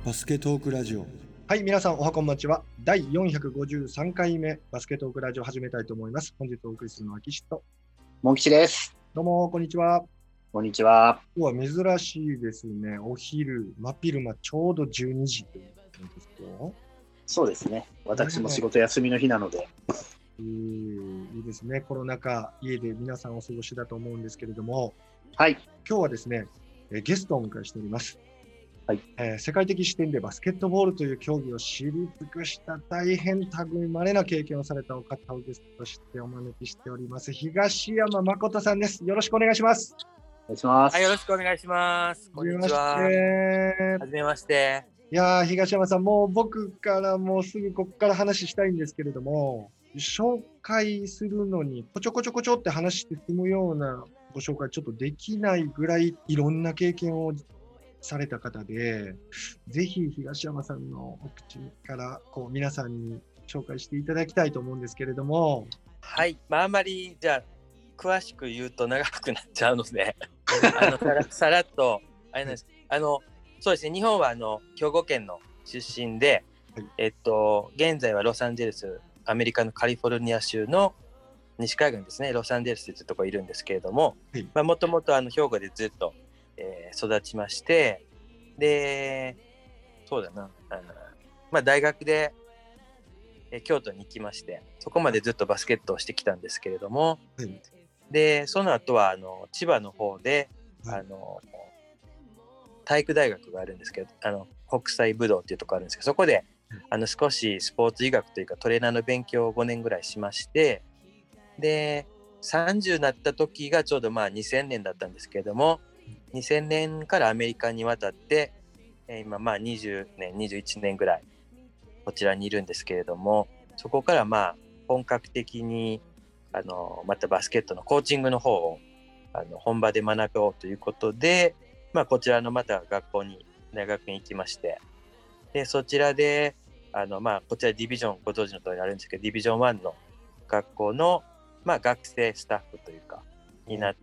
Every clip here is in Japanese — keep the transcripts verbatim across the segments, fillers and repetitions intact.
バスケトークラジオ。 はい、皆さんおはこんばんちは。だいよんひゃくごじゅうさんかいめバスケトークラジオを始めたいと思います。本日お送りするのは岸とモン吉です。 どうもこんにちは。 こんにちは。 今日は珍しいですね。お昼真昼間ちょうどじゅうにじということですよ。 そうですね。私も仕事休みの日なので。 えー、いいですね。コロナ禍家で皆さんお過ごしだと思うんですけれども、 はい。 今日はですね、えゲストをお迎えしております。 はい。 えー、世界的視点でバスケットボールという競技を知り尽くした大変類まれな経験をされたお方をゲストとしてお招きしております。東山誠さんです。よろしくお願いします。 お願いします。 はい、よろしくお願いします。こんにちは。はじめまして。 いやー、東山さん、もう僕からもうすぐここから話したいんですけれども、紹介するのにこちょこちょこちょって話して済むようなご紹介ちょっとできないぐらいいろんな経験をされた方で、ぜひ東山さんのお口からこう皆さんに紹介していただきたいと思うんですけれども。 はい、まあ、あんまりじゃあ詳しく言うと長くなっちゃうのであのさらさらっとあれなんです、あのそうですね、日本はあの兵庫県の出身で、はい、えっと現在はロサンゼルス、アメリカのカリフォルニア州の西海岸ですね、ロサンゼルスというところにいるんですけれども、もともと兵庫でずっと、えー、育ちまして、でそうだなあの、まあ、大学で、えー、京都に行きまして、そこまでずっとバスケットをしてきたんですけれども、はい、でその後はあの千葉の方で、はい、あの体育大学があるんですけど、あの国際武道っていうところあるんですけど、そこであの少しスポーツ医学というかトレーナーの勉強をごねんぐらいしまして、でさんじゅうになった時がちょうどまあにせんねんだったんですけれども、にせんねんからアメリカに渡って、えー、今まあにじゅうねんにじゅういちねんぐらいこちらにいるんですけれども、そこからまあ本格的にあのまたバスケットのコーチングの方をあの本場で学ぼうということで、まあ、こちらのまた学校に大学に行きまして、でそちらであのまあこちらディビジョンご存知の通りあるんですけど、ディビジョンワンの学校のまあ学生スタッフというかになって、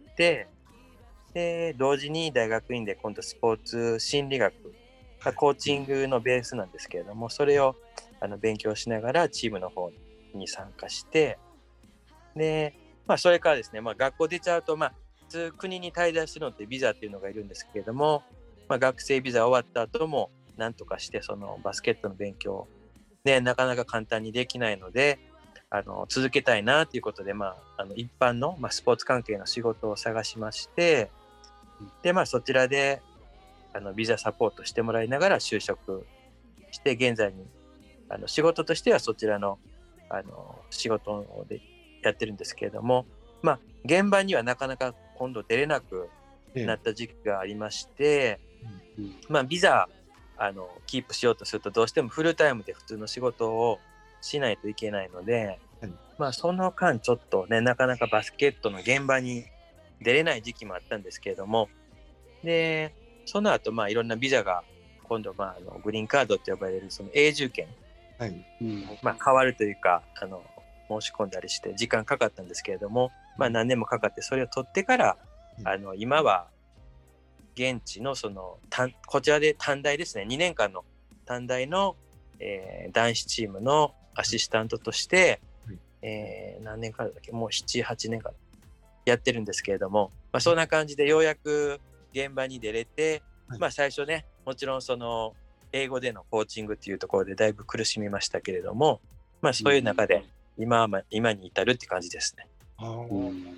で同時に大学院で今度スポーツ心理学がコーチングのベースなんですけれども、それをあの勉強しながらチームの方に参加して、で、まあ、それからですね、まあ、学校出ちゃうと、まあ、普通国に滞在するのってビザっていうのがいるんですけれども、まあ、学生ビザ終わった後もなんとかしてそのバスケットの勉強でなかなか簡単にできないので、あの続けたいなということで、まあ、あの一般の、まあ、スポーツ関係の仕事を探しまして、で、まあ、そちらであのビザサポートしてもらいながら就職して現在にあの仕事としてはそちらの、あの仕事でやってるんですけれども、まあ、現場にはなかなか今度出れなくなった時期がありまして、うん、まあ、ビザあのキープしようとするとどうしてもフルタイムで普通の仕事をしないといけないので、うん、まあ、その間ちょっとねなかなかバスケットの現場に出れない時期もあったんですけれども、でその後まあいろんなビザが今度まああのグリーンカードって呼ばれるその永住権、はい、うん、まあ、変わるというかあの申し込んだりして時間かかったんですけれども、まあ、何年もかかってそれを取ってから、うん、あの今は現地のそのこちらで短大ですね、にねんかんの短大の、えー、男子チームのアシスタントとして、うん、えー、何年からだっけ、もうななはちねんかんやってるんですけれども、まあ、そんな感じでようやく現場に出れて、はい、まあ、最初ねもちろんその英語でのコーチングっていうところでだいぶ苦しみましたけれども、まあ、そういう中で今は今に至るって感じですね。 うん、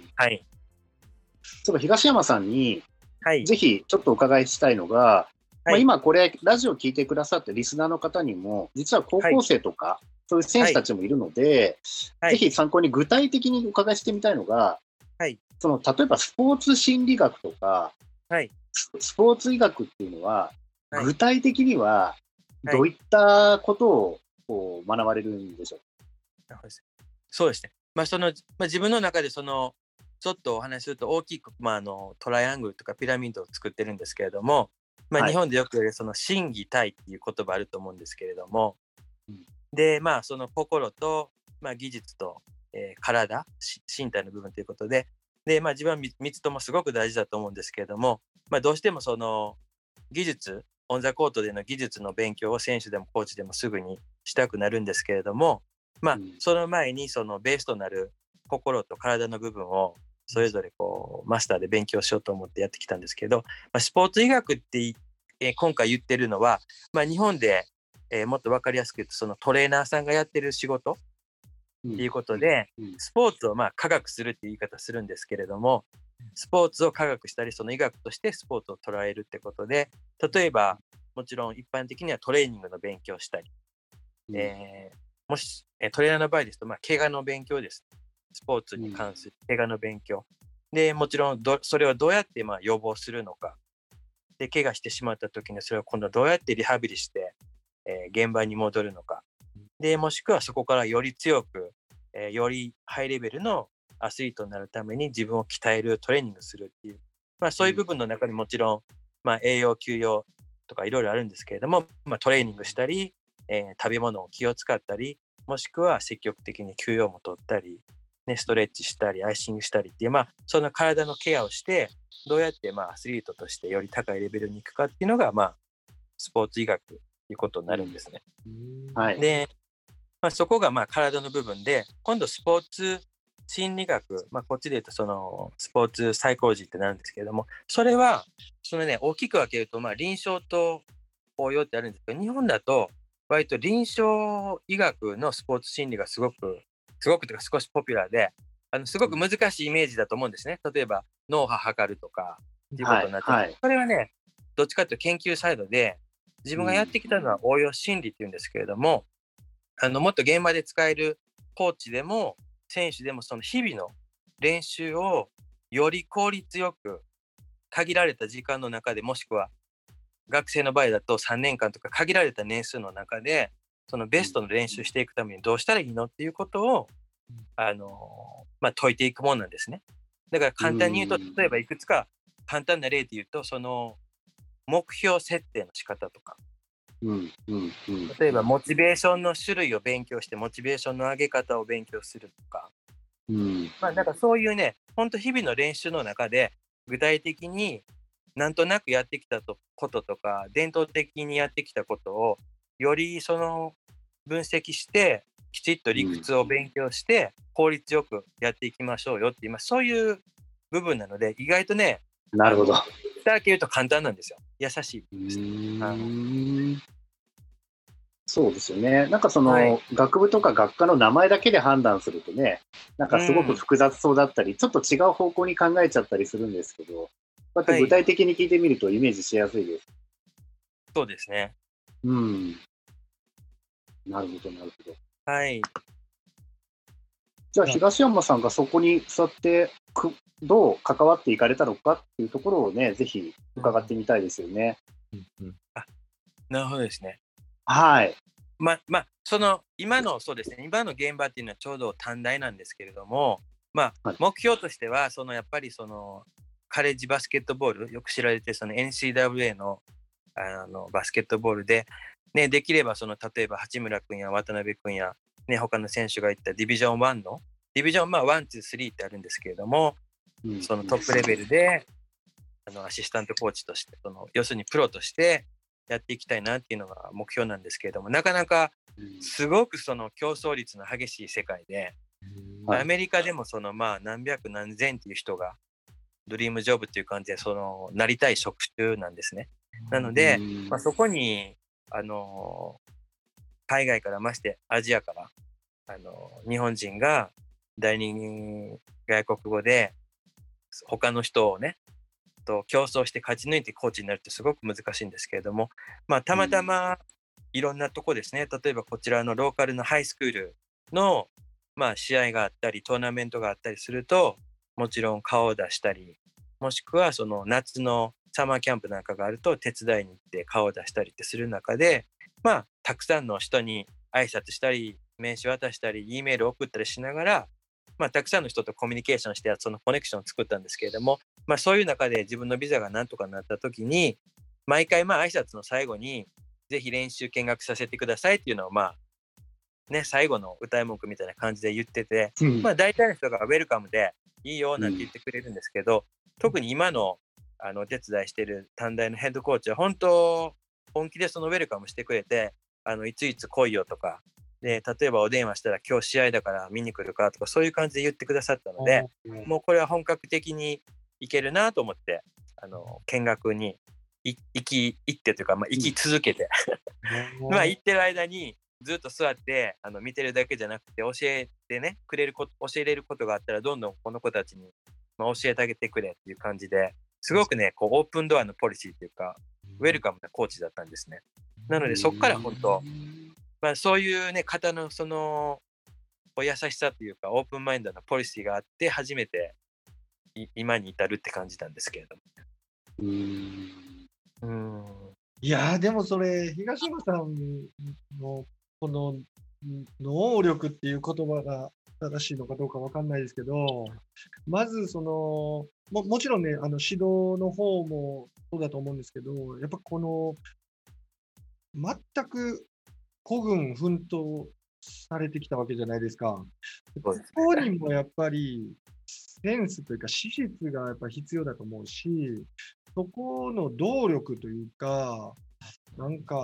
はい。そう、東山さんに、はい、ぜひちょっとお伺いしたいのが、はい、まあ、今これラジオ聞いてくださってリスナーの方にも実は高校生とか、はい、そういう選手たちもいるので、はい、ぜひ参考に具体的にお伺いしてみたいのが、はい、その例えばスポーツ心理学とか、はい、スポーツ医学っていうのは、はい、具体的にはどういったことをこう学ばれるんでしょうか。 はい、そうですね、まあそのまあ、自分の中でそのちょっとお話しすると大きく、まあ、あのトライアングルとかピラミッドを作ってるんですけれども、まあ、日本でよく言われるその心技体っていう言葉あると思うんですけれども、はい、でまあその心と、まあ、技術と、えー、体身体の部分ということで、で、まあ、自分はみっつともすごく大事だと思うんですけれども、まあ、どうしてもその技術オンザコートでの技術の勉強を選手でもコーチでもすぐにしたくなるんですけれども、まあ、その前にそのベースとなる心と体の部分をそれぞれこうマスターで勉強しようと思ってやってきたんですけど、まあ、スポーツ医学って、えー、今回言ってるのは、まあ、日本で、えー、もっと分かりやすく言うとそのトレーナーさんがやってる仕事っていうことで、スポーツをまあ科学するっていう言い方するんですけれども、スポーツを科学したりその医学としてスポーツを捉えるってことで、例えばもちろん一般的にはトレーニングの勉強をしたり、うんえー、もしトレーナーの場合ですと、まあ、怪我の勉強です。スポーツに関する怪我の勉強で、もちろんどそれをどうやってまあ予防するのかで、怪我してしまった時にそれを今度どうやってリハビリして、えー、現場に戻るのかで、もしくはそこからより強く、えー、よりハイレベルのアスリートになるために自分を鍛えるトレーニングするっていう、まあ、そういう部分の中にもちろん、まあ、栄養休養とかいろいろあるんですけれども、まあ、トレーニングしたり、えー、食べ物を気を使ったり、もしくは積極的に休養も取ったり、ね、ストレッチしたりアイシングしたりっていう、まあ、その体のケアをしてどうやってまあアスリートとしてより高いレベルに行くかっていうのが、まあ、スポーツ医学ということになるんですね。 はい、 で、まあ、そこがまあ体の部分で、今度スポーツ心理学、まあ、こっちで言うとそのスポーツサイコロジーってなるんですけれども、それはそのね大きく分けると、まあ臨床と応用ってあるんですけど、日本だと割と臨床医学のスポーツ心理がすごくすごくというか少しポピュラーで、あのすごく難しいイメージだと思うんですね。例えば脳波測るとかっていうことになって、はいはい、それはねどっちかというと研究サイドで、自分がやってきたのは応用心理っていうんですけれども、あのもっと現場で使えるコーチでも選手でもその日々の練習をより効率よく限られた時間の中で、もしくは学生の場合だとさんねんかんとか限られた年数の中でそのベストの練習していくためにどうしたらいいのっていうことを、あのまあ、解いていくものなんですね。だから簡単に言うと、例えばいくつか簡単な例で言うと、その目標設定の仕方とか、 うんうんうん、 例えばモチベーションの種類を勉強してモチベーションの上げ方を勉強するとか、 うんまあ、なんかそういうね、本当日々の練習の中で具体的になんとなくやってきたこととか伝統的にやってきたことをよりその分析してきちっと理屈を勉強して効率よくやっていきましょうよっていう、まあ、そういう部分なので、意外とね、 なるほど、 だけ言うと簡単なんですよ。優しいです。 うーん、そうですよね。なんかその、 はい、 学部とか学科の名前だけで判断するとね、なんかすごく複雑そうだったり、うん、ちょっと違う方向に考えちゃったりするんですけど、こうやって具体的に聞いてみるとイメージしやすいです。 はい、そうですね。 うん。なるほど、なるほど。 はい。 じゃあ、東山さんがそこに座ってく、どう関わっていかれたのかっていうところをね、ぜひ伺ってみたいですよね。 うんうん、あ、なるほどですね。 はい。 ま、まあ、その、今の、そうですね、今の現場っていうのはちょうど短大なんですけれども、まあ、はい、目標としては、その、やっぱりその、カレッジバスケットボール、よく知られて、その エヌシーダブリューエー の、あの、バスケットボールで、ね、できれば、その、例えば、八村君や渡辺君や、ね、他の選手がいったディビジョンワンの、ディビジョン、まあ、ワン、ツー、スリーってあるんですけれども、うん、そのトップレベルで、あの、アシスタントコーチとして、その、要するにプロとして、やっていきたいなっていうのが目標なんですけれども、なかなかすごくその競争率の激しい世界で、うん、アメリカでもそのまあ何百何千っていう人がドリームジョブっていう感じでそのなりたい職種なんですね。なので、まあ、そこにあの海外からましてアジアからあの日本人が第二外国語で他の人をねと競争して勝ち抜いてコーチになるってすごく難しいんですけれども、まあ、たまたまいろんなとこですね、例えばこちらのローカルのハイスクールの、まあ、試合があったりトーナメントがあったりするともちろん顔を出したり、もしくはその夏のサマーキャンプなんかがあると手伝いに行って顔を出したりってする中で、まあ、たくさんの人に挨拶したり名刺渡したり E メール送ったりしながら、まあ、たくさんの人とコミュニケーションしてそのコネクションを作ったんですけれども、まあ、そういう中で自分のビザがなんとかなった時に毎回まあ挨拶の最後にぜひ練習見学させてくださいっていうのをまあね最後の歌い文句みたいな感じで言ってて、うん、まあ大体の人がウェルカムでいいよなんて言ってくれるんですけど、うん、特に今のあのお手伝いしてる短大のヘッドコーチは本当本気でそのウェルカムしてくれて、あのいついつ来いよとかで、例えばお電話したら今日試合だから見に来るかとか、そういう感じで言ってくださったので、もうこれは本格的にいけるなと思って、あの見学に行き行ってというか、まあ、行き続けてまあ行ってる間にずっと座ってあの見てるだけじゃなくて、教えてねくれること、教えれることがあったらどんどんこの子たちに、まあ、教えてあげてくれっていう感じで、すごくねこうオープンドアのポリシーというかウェルカムなコーチだったんですね。なのでそこから本当、まあ、そういうね方のそのお優しさというかオープンマインドなポリシーがあって初めて今に至るって感じなんですけれども。うーんいやでもそれ東山さんのこの能力っていう言葉が正しいのかどうかわかんないですけど、まずその も, もちろんねあの指導の方もそうだと思うんですけど、やっぱこの全く孤軍奮闘されてきたわけじゃないですか。ここにもやっぱりセンスというか資質がやっぱ必要だと思うし、そこの動力というか、なんか、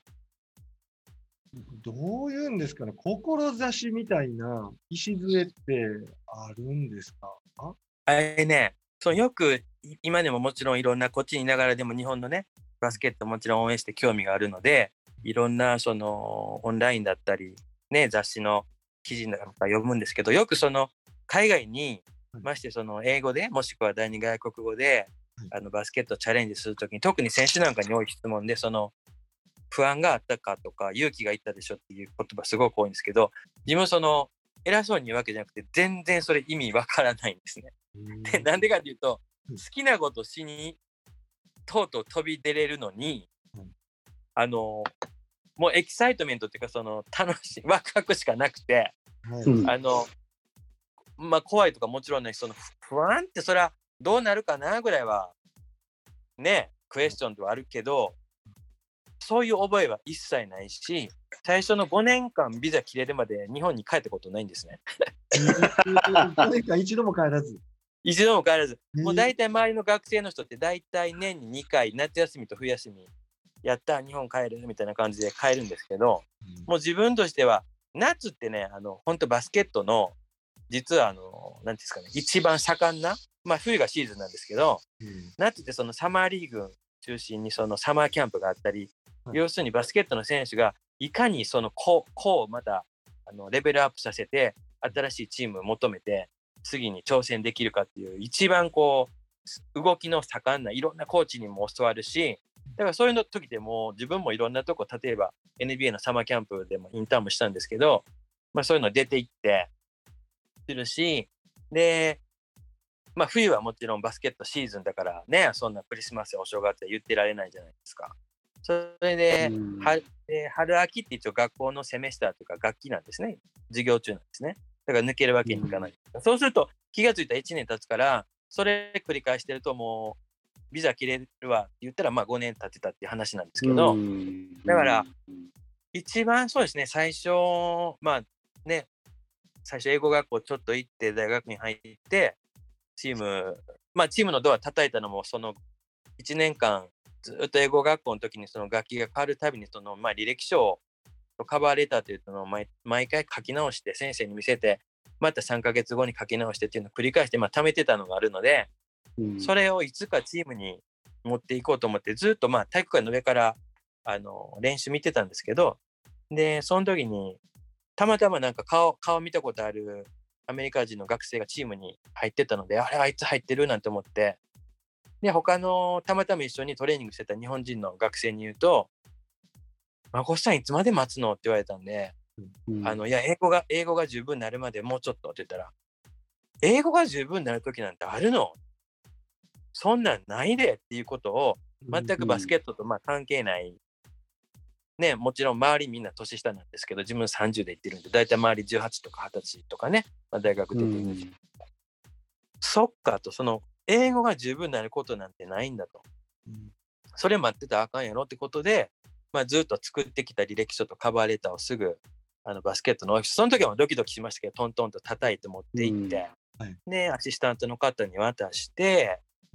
どういうんですかね、志みたいな礎ってあるんですか？ あれね、そうよく今でももちろんいろんなこっちにいながらでも日本のねバスケットもちろん応援して興味があるので、いろんなそのオンラインだったりね雑誌の記事なんか読むんですけど、よくその海外にましてその英語でもしくは第二外国語であのバスケットチャレンジするときに、特に選手なんかに多い質問で、その不安があったかとか勇気がいったでしょっていう言葉すごく多いんですけど、自分その偉そうに言うわけじゃなくて全然それ意味わからないんですね。でなんでかっていうと、好きなことしにとうとう飛び出れるのに、あのもうエキサイトメントっていうかその楽しいワクワクしかなくて、あのまあ怖いとかもちろんない、その不安ってそれはどうなるかなぐらいはねクエスチョンではあるけど、そういう覚えは一切ないし、最初のごねんかんビザ切れるまで日本に帰ったことないんですね。 ごねんかん一度も帰らず一度も帰らず、もう大体周りの学生の人って大体年ににかい夏休みと冬休みやった日本帰るみたいな感じで帰るんですけど、もう自分としては夏ってね、あの本当バスケットの実はあのなんていうんですかね、一番盛んな、まあ冬がシーズンなんですけど、うん、夏ってそのサマーリーグ中心にそのサマーキャンプがあったり、はい、要するにバスケットの選手がいかにその個をまたあのレベルアップさせて新しいチームを求めて次に挑戦できるかっていう一番こう動きの盛んないろんなコーチにも教わるし、だからそういうの時でも自分もいろんなとこ、例えば エヌビーエー のサマーキャンプでもインターンもしたんですけど、まあ、そういうの出て行ってするし、で、まあ、冬はもちろんバスケットシーズンだからね、そんなクリスマスやお正月は言ってられないじゃないですか。それで 春, 春秋って一応学校のセメスターというか学期なんですね、授業中なんですね。だから抜けるわけにいかない、うん、そうすると気がついたらいちねん経つから、それ繰り返してるともうビザ切れるわって言ったらまあごねん経ってたっていう話なんですけど、だから一番そうですね、最初まあね最初英語学校ちょっと行って大学に入ってチームまあチームのドア叩いたのもそのいちねんかんずっと英語学校の時にその楽器が変わるたびにそのまあ履歴書とカバーレターというのを 毎, 毎回書き直して先生に見せて、またさんかげつごに書き直してっていうのを繰り返してまあ貯めてたのがあるので、うん、それをいつかチームに持っていこうと思ってずっとまあ体育館の上からあの練習見てたんですけど、でその時にたまたまなんか顔顔見たことあるアメリカ人の学生がチームに入ってたので、あれあいつ入ってるなんて思って、で他のたまたま一緒にトレーニングしてた日本人の学生に言うと、まこさんいつまで待つのって言われたんで、うん、あのいや英語が英語が十分になるまでもうちょっとって言ったら、英語が十分になる時なんてあるの？そんなんないでっていうことを全くバスケットとまあ関係ない、ね、もちろん周りみんな年下なんですけど、自分さんじゅうで行ってるんで、だいたい周りじゅうはちとかはたちとかね、まあ、大学出てるんです、うん、そっかと、その英語が十分になることなんてないんだと、うん、それ待ってたらあかんやろってことで、まあ、ずっと作ってきた履歴書とカバーレターをすぐあのバスケットのオフィス、その時はドキドキしましたけど、トントンと叩いて持って行って、うんはい、でアシスタントの方に渡して、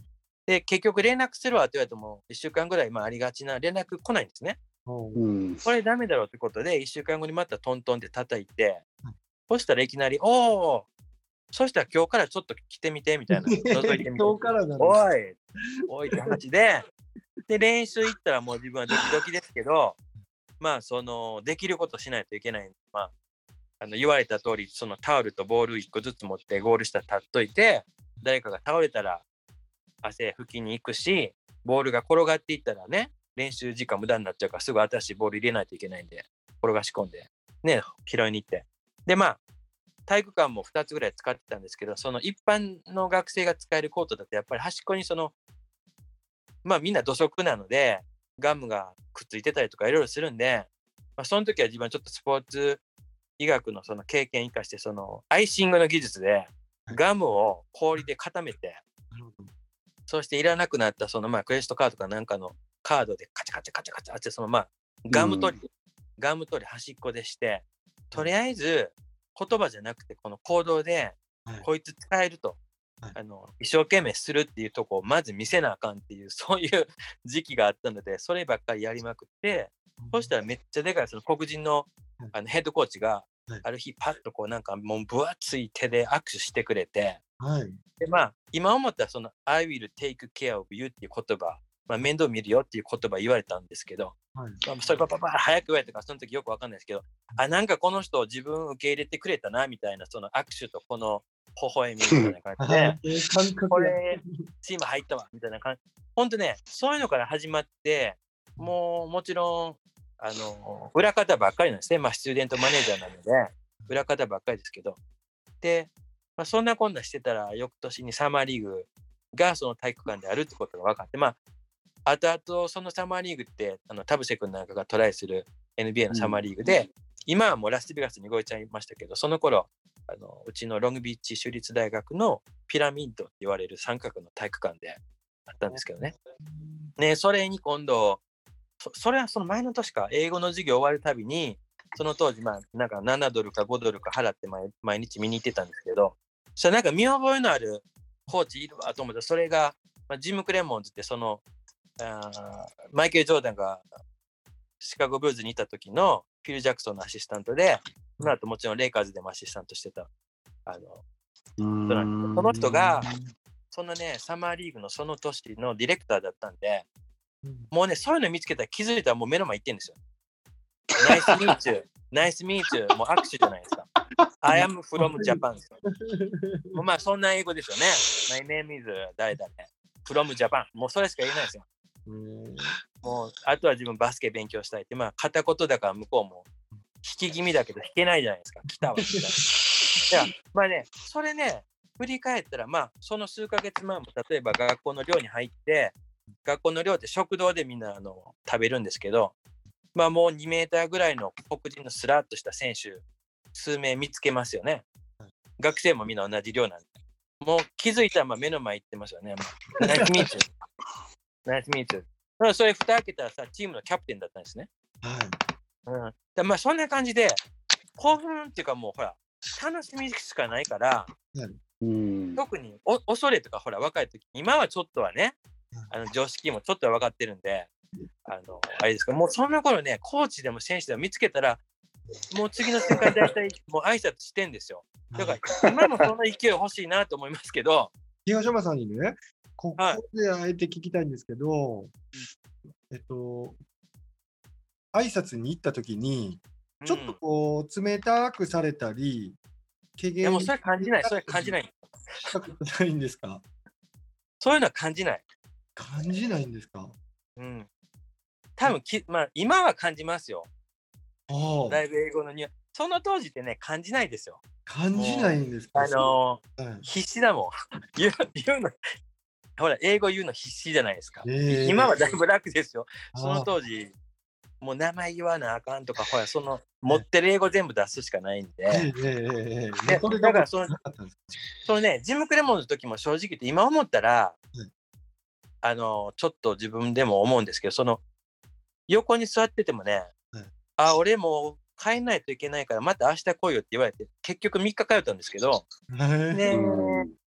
で、結局連絡するわって言われても、いっしゅうかんぐらいまあありがちな連絡来ないんですね。 うん、 これダメだろうってことで、いっしゅうかんごにまたトントンって叩いて、そしたらいきなり、おお、そしたら今日からちょっと来てみてみたいな、覗いてみて。 今日からなんだ。 おい、おいって話で、で、練習行ったらもう自分はドキドキですけど、まあ、その、できることしないといけない。まあ、あの言われた通り、そのタオルとボールいっこずつ持ってゴール下立っといて、誰かが倒れたら汗拭きに行くし、ボールが転がっていったらね、練習時間無駄になっちゃうからすぐ新しいボール入れないといけないんで、転がし込んで、ね、拾いに行って。で、まあ、体育館もふたつぐらい使ってたんですけど、その一般の学生が使えるコートだとやっぱり端っこにその、まあみんな土足なので、ガムがくっついてたりとかいろいろするんで、まあ、その時は自分はちょっとスポーツ医学のその経験を生かして、そのアイシングの技術でガムを氷で固めて、そしていらなくなったそのまあクレジットカードかなんかのカードでカチャカチャカチャカチャってそのまあガム取り、うん、ガム取り端っこでして、とりあえず言葉じゃなくてこの行動でこいつ使えると、はい、あの一生懸命するっていうとこをまず見せなあかんっていうそういう時期があったので、そればっかりやりまくって、そしたらめっちゃでかいその黒人のあのヘッドコーチがある日パッとこうなんかもう分厚い手で握手してくれて、はい、でまあ今思ったらその I will take care of you っていう言葉、まあ、面倒見るよっていう言葉言われたんですけど、はい、まあ、それパパパ早く言われたからその時よくわかんないですけど、あなんかこの人を自分受け入れてくれたなみたいな、その握手とこの微笑みみたいな感じでこれチーム入ったわみたいな感じ、ほんとねそういうのから始まって、もうもちろんあの裏方ばっかりなんですね。まあスチューデントマネージャーなので裏方ばっかりですけど、で、まあ、そんなこんなしてたら翌年にサマーリーグがその体育館であるってことが分かって、まあ後々そのサマーリーグってあの田臥君なんかがトライする エヌビーエー のサマーリーグで、うん、今はもうラスベガスに動いちゃいましたけど、その頃あのうちのロングビーチ州立大学のピラミッドって言われる三角の体育館であったんですけどね。ね、それに今度そ, それはその前の年か、英語の授業終わるたびに、その当時、まあ、なんかななドルかごドルか払って毎、毎日見に行ってたんですけど、そしたらなんか見覚えのあるコーチいるわと思って、それが、まあ、ジム・クレモンズってそのあマイケル・ジョーダンがシカゴブルーズにいた時のフィル・ジャクソンのアシスタントで、その後もちろんレイカーズでもアシスタントしてたあの人なんです。その人がそのねサマーリーグのその年のディレクターだったんで、もうねそういうの見つけたら気づいたらもう目の前行ってんですよ。ナイスミーチュー、ナイスミーチュー、もう握手じゃないですか。I am from Japan ですよ。もうまあそんな英語ですよね。My name is 誰々 from Japan。もうそれしか言えないですよ。もうあとは自分バスケ勉強したいって、まあ片言だから向こうも引き気味だけど弾けないじゃないですか。来たわみたいな。いやまあねそれね振り返ったら、まあその数ヶ月前も例えば学校の寮に入って、学校の寮って食堂でみんなあの食べるんですけど、まあもうにメーターぐらいの黒人のスラッとした選手数名見つけますよね。学生もみんな同じ寮なんで、もう気づいたらまあ目の前行ってますよね。まあ、ナイスミーチューナイスミーチュー。それ蓋開けたらさチームのキャプテンだったんですね。はい。うん。でまあそんな感じで興奮っていうかもうほら楽しみしかないから、うん、特にお恐れとかほら若い時、今はちょっとはねあの常識もちょっとは分かってるんで、あのあれですか、もうそんな頃ねコーチでも選手でも見つけたらもう次の瞬間大体もう挨拶してんですよ。だから今もそんな勢い欲しいなと思いますけど。 東山さんにねここであえて聞きたいんですけど、はい、えっと挨拶に行った時にちょっとこう冷たくされたり、 軽減、いやもうそれ感じない、それ感じない。 ないんですか？ そういうのは感じない。 感じないんですか？ うん。多分き、まあ今は感じますよ。だいぶ英語のにおい。その当時ってね、感じないですよ。 感じないんですか？ あのーはい、必死だもん。言う、言うの、ほら、英語言うの必死じゃないですか。えー、今はだいぶ楽ですよ。その当時、もう名前言わなあかんとか、ほら、その持ってる英語全部出すしかないんで。えーえー、でだからその、そのね、ジム・クレモンの時も正直言って、今思ったら、うん、あのー、ちょっと自分でも思うんですけど、その、横に座っててもね、うん、あ、俺もう帰んないといけないから、また明日来いよって言われて、結局みっか通ったんですけど、ね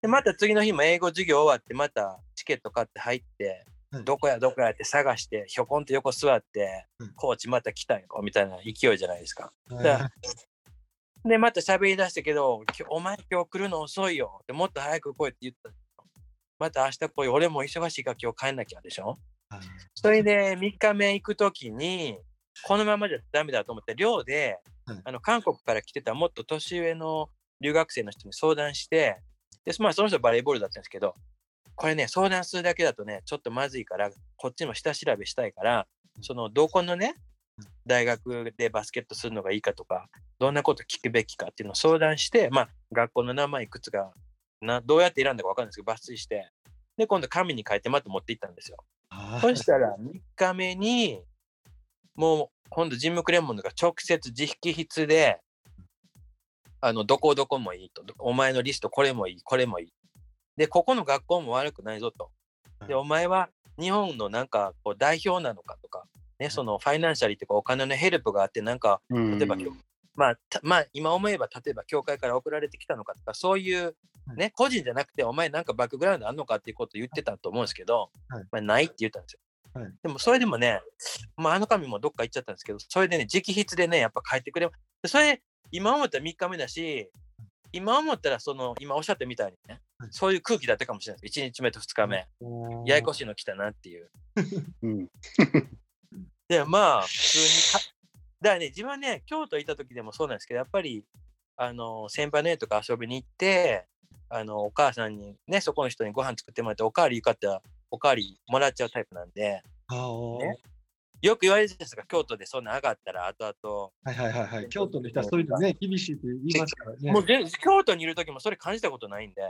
でまた次の日も英語授業終わってまたチケット買って入って、はい、どこやどこやって探してひょこんと横座って、うん、コーチまた来たよみたいな勢いじゃないですか。だでまた喋り出したけど、お前今日来るの遅いよってもっと早く来いって言った。また明日来い、俺も忙しいから今日帰んなきゃでしょ。それでみっかめ行くときにこのままじゃダメだと思って寮で、はい、あの韓国から来てたもっと年上の留学生の人に相談して、で、まあ、その人バレーボールだったんですけど、これね相談するだけだとねちょっとまずいからこっちも下調べしたいから、そのどこのね大学でバスケットするのがいいかとかどんなこと聞くべきかっていうのを相談して、まあ、学校の名前いくつかなどうやって選んだか分かんないですけど抜粋して、で今度紙に書いてまた持って行ったんですよ。そしたらみっかめにもう今度ジム・クレモンドが直接直筆であのどこどこもいいと、お前のリストこれもいいこれもいいで、ここの学校も悪くないぞと、でお前は日本のなんかこう代表なのかとかね、そのファイナンシャリーとかお金のヘルプがあってなんか例えば、まあ、まあまあ今思えば例えば教会から送られてきたのかとかそういうね、個人じゃなくてお前なんかバックグラウンドあんのかっていうことを言ってたと思うんですけど、はい、まあ、ないって言ったんですよ。はい、でもそれでもね、まあ、あの紙もどっか行っちゃったんですけど、それでね直筆でねやっぱ書いてくれ、それ今思ったらみっかめだし、今思ったらその今おっしゃったみたいにね、はい、そういう空気だったかもしれないです。いちにちめとふつかめ、ややこしいの来たなっていう、うん、でまあ普通にかだからね、自分はね京都行った時でもそうなんですけど、やっぱりあの先輩の家とか遊びに行ってあのお母さんにねそこの人にご飯作ってもらっておかわりよかったらおかわりもらっちゃうタイプなんで、ね、よく言われるんですが京都でそんな上がったら後々 はいはいはいはい京都の人はそういうのね厳しいって言いますからね。 もうで京都にいる時もそれ感じたことないんで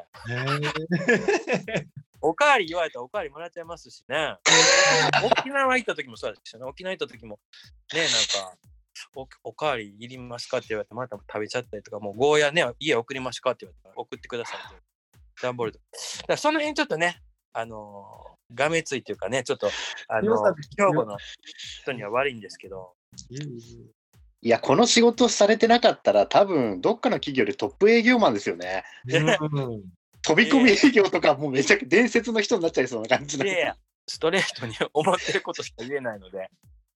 おかわり言われたらおかわりもらっちゃいますしね沖縄行った時もそうですよね。沖縄行った時もねなんかお, おかわりいりますかって言われてまた食べちゃったりとか、もうゴーヤね家送りますかって言われたら送ってくださいって段ボールとだからその辺ちょっとねあのー、がめついというかねちょっとあのー、兵庫の人には悪いんですけど、 いやこの仕事されてなかったら多分どっかの企業でトップ営業マンですよね。飛び込み営業とかもうめちゃくちゃ伝説の人になっちゃいそうな感じで、 いやいやストレートに思ってることしか言えないので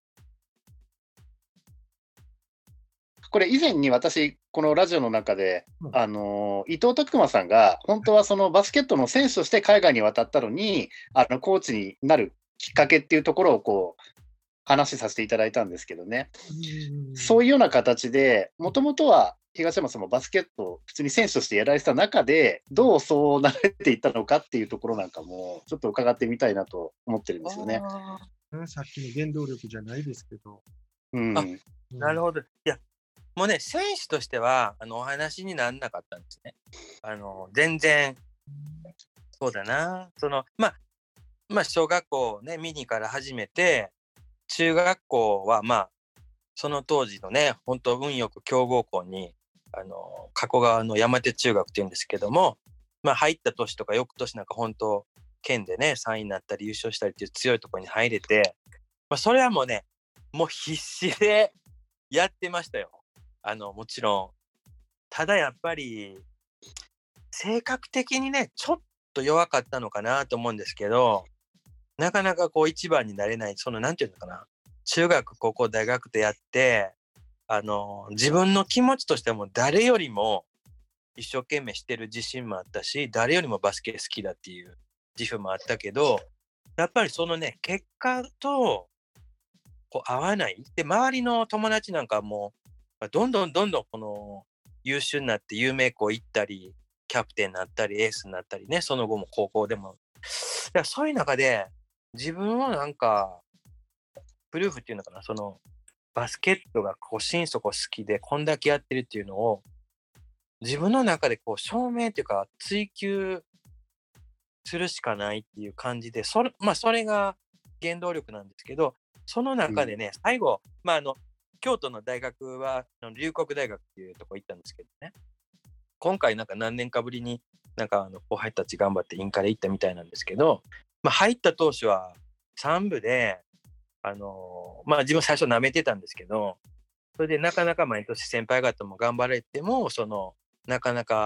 これ以前に私このラジオの中で、うん、あの伊藤拓磨さんが本当はそのバスケットの選手として海外に渡ったのにあのコーチになるきっかけっていうところをこう話させていただいたんですけどね、うそういうような形でもともとは東山さんもバスケットを普通に選手としてやられてた中でどうそうなれていったのかっていうところなんかもちょっと伺ってみたいなと思ってるんですよね。 さっきの原動力じゃないですけど、 うん、あなるほど。いやもうね選手としてはあのお話にならなかったんですね。あの全然そうだなそのまあまあ小学校ねミニから始めて中学校はまあその当時のね本当運よく強豪校にあの加古川の山手中学っていうんですけども、まあ入った年とか翌年なんか本当県でねさんいになったり優勝したりっていう強いところに入れて、まあ、それはもうねもう必死でやってましたよ。あのもちろんただやっぱり性格的にねちょっと弱かったのかなと思うんですけど、なかなかこう一番になれない、そのなんていうのかな中学高校大学でやってあの自分の気持ちとしても誰よりも一生懸命してる自信もあったし誰よりもバスケ好きだっていう自負もあったけど、やっぱりそのね結果とこう合わないで周りの友達なんかもどんどんどんどんこの優秀になって有名校行ったりキャプテンになったりエースになったりね、その後も高校でもだからそういう中で自分をなんかプルーフっていうのかな、そのバスケットがこう心底好きでこんだけやってるっていうのを自分の中でこう証明っていうか追求するしかないっていう感じで、それまあそれが原動力なんですけど、その中でね、うん、最後まああの京都の大学は龍谷大学っていうとこ行ったんですけどね、今回なんか何年かぶりになんかあの後輩たち頑張ってインカレ行ったみたいなんですけど、まあ、入った当初はさん部であのー、まあ自分最初舐めてたんですけど、それでなかなか毎年先輩方も頑張れてもそのなかなか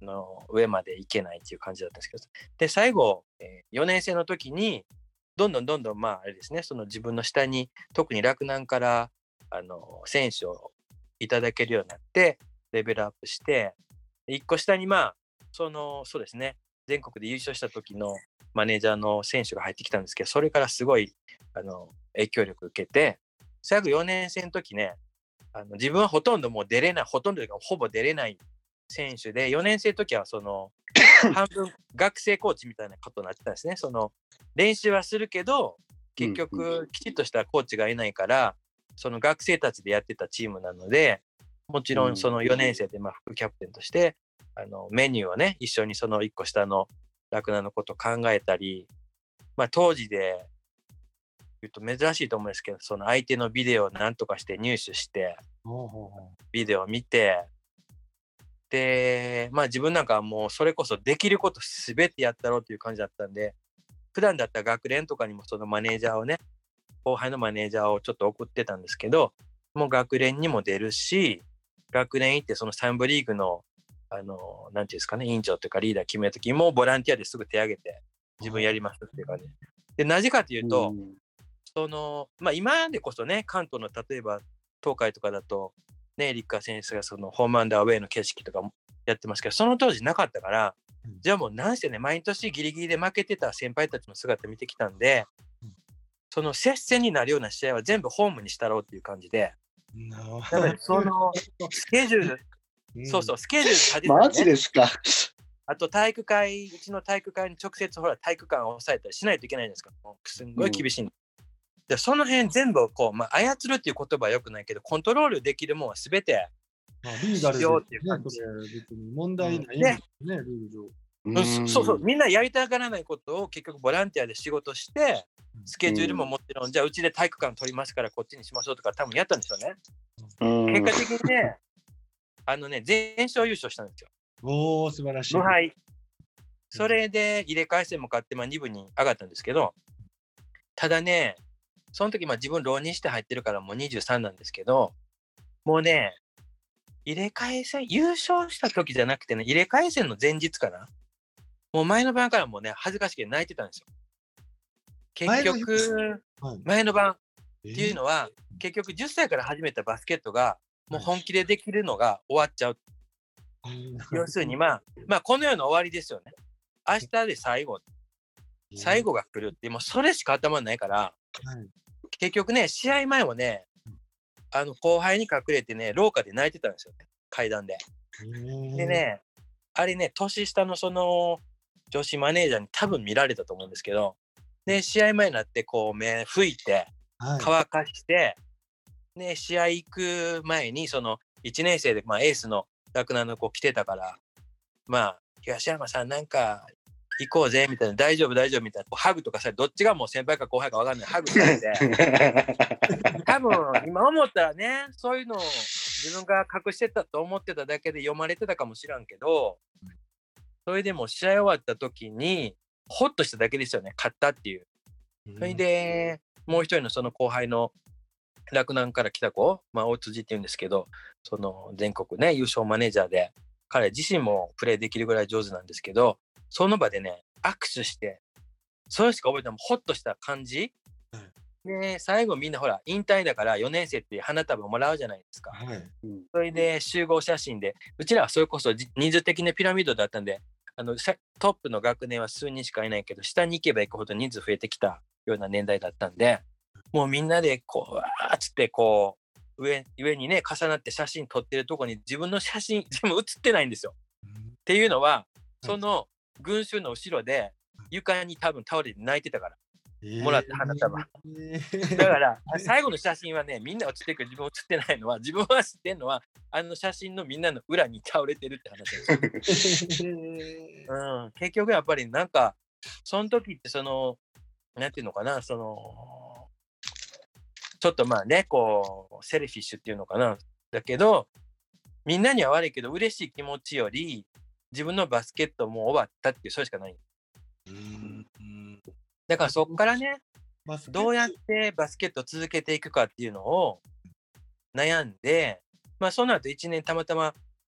の上まで行けないっていう感じだったんですけど、で最後、えー、よねん生の時にどんどんどんどんまああれですね、その自分の下に特に洛南からあの選手をいただけるようになってレベルアップして、いっこ下にまあそのそうですね、全国で優勝した時のマネージャーの選手が入ってきたんですけど、それからすごいあの影響力受けて、最後よねん生の時ね、あの自分はほとんどもう出れない、ほとんどほぼ出れない選手で、よねん生の時はその半分学生コーチみたいなことになってたんですね。その練習はするけど結局きちっとしたコーチがいないから、その学生たちでやってたチームなので、もちろんそのよねん生でまあ副キャプテンとしてあのメニューをね一緒にそのいっこ下の洛南のことを考えたり、まあ、当時で言うと珍しいと思うんですけど、その相手のビデオを何とかして入手してビデオを見て、でまあ自分なんかはもうそれこそできること全てやったろうという感じだったんで、普段だったら学連とかにもそのマネージャーをね、後輩のマネージャーをちょっと送ってたんですけど、もう学連にも出るし、学連行ってそのさん部リーグのあのなんていうんですかね、委員長というかリーダー決めるときもボランティアですぐ手挙げて自分やりますっていう感じで、なぜかというと、そのまあ今でこそね、関東の例えば東海とかだとね、立川選手がそのホームアンダーアウェイの景色とかもやってますけど、その当時なかったから、じゃあもうなんせね、毎年ギリギリで負けてた先輩たちの姿見てきたんで、その接戦になるような試合は全部ホームにしたろうっていう感じで、なのでそのスケジュールうん、そうそう、スケジュール立てたりね。 マジですか。 あと体育会、うちの体育会に直接ほら体育館を抑えたりしないといけないんですか。もうすんごい厳しい、うん、でその辺全部こう、まあ、操るっていう言葉はよくないけど、コントロールできるものは全て必要っていう感じで、別に問題ないんですね、ルール上。 うん、そうそう、みんなやりたがらないことを結局ボランティアで仕事して、スケジュールももちろん、じゃあうちで体育館取りますからこっちにしましょうとか多分やったんですよね。結果的にね、あのね、全勝優勝したんですよ。 おー、素晴らしい。 無敗。それで入れ替え戦も勝って、まあ、に部に上がったんですけど、ただね、その時まあ自分浪人して入ってるからもうにじゅうさんなんですけど、もうね、入れ替え戦、優勝した時じゃなくてね、入れ替え戦の前日かな。もう前の晩からもうね、恥ずかしげに泣いてたんですよ。結局、前の晩っていうのは、結局じゅっさいから始めたバスケットが、もう本気でできるのが終わっちゃう。要するに、まあ、まあ、この世の終わりですよね。明日で最後。最後が来るって、もうそれしか頭ないから、結局ね、試合前もね、あの後輩に隠れてね、廊下で泣いてたんですよね、階段で。でね、あれね、年下のその女子マネージャーに多分見られたと思うんですけど、で、試合前になって、こう、目拭いて、乾かして、ね、試合行く前に、そのいちねん生で、まあ、エースの洛南の子来てたから、まあ、東山さん、なんか行こうぜみたいな、大丈夫、大丈夫みたいな、こうハグとかさ、どっちがもう先輩か後輩か分かんない、ハグされて、多分今思ったらね、そういうのを自分が隠してたと思ってただけで読まれてたかもしらんけど、それでも試合終わった時に、ほっとしただけですよね、勝ったっていう。それで、もう一人のその後輩の洛南から来た子、まあ、大辻っていうんですけど、その全国ね、優勝マネージャーで、彼自身もプレーできるぐらい上手なんですけど、その場でね、握手して、それしか覚えてない、ほっとした感じ。うん、で、最後みんなほら、引退だからよねん生って花束をもらうじゃないですか。はい、それで集合写真で、うちらはそれこそ人数的なピラミッドだったんで、あのトップの学年は数人しかいないけど、下に行けば行くほど人数増えてきたような年代だったんで、もうみんなでこう、わーっつってこう、上、上にね、重なって写真撮ってるとこに自分の写真、全部写ってないんですよ。うん、っていうのは、その群衆の後ろで床に多分倒れて泣いてたから、えー、もらった花束。えー、だから、最後の写真はね、みんな写ってるけど自分写ってないのは、自分は知ってるのは、あの写真のみんなの裏に倒れてるって話なんですよ。うん、結局やっぱりなんか、その時ってその、なんていうのかな、その、ちょっとまあね、こう、セルフィッシュっていうのかな。だけど、みんなには悪いけど、嬉しい気持ちより、自分のバスケットも終わったっていう、それしかない。うんだからそっからね、どうやってバスケットを続けていくかっていうのを悩んで、まあその後いちねんたまたま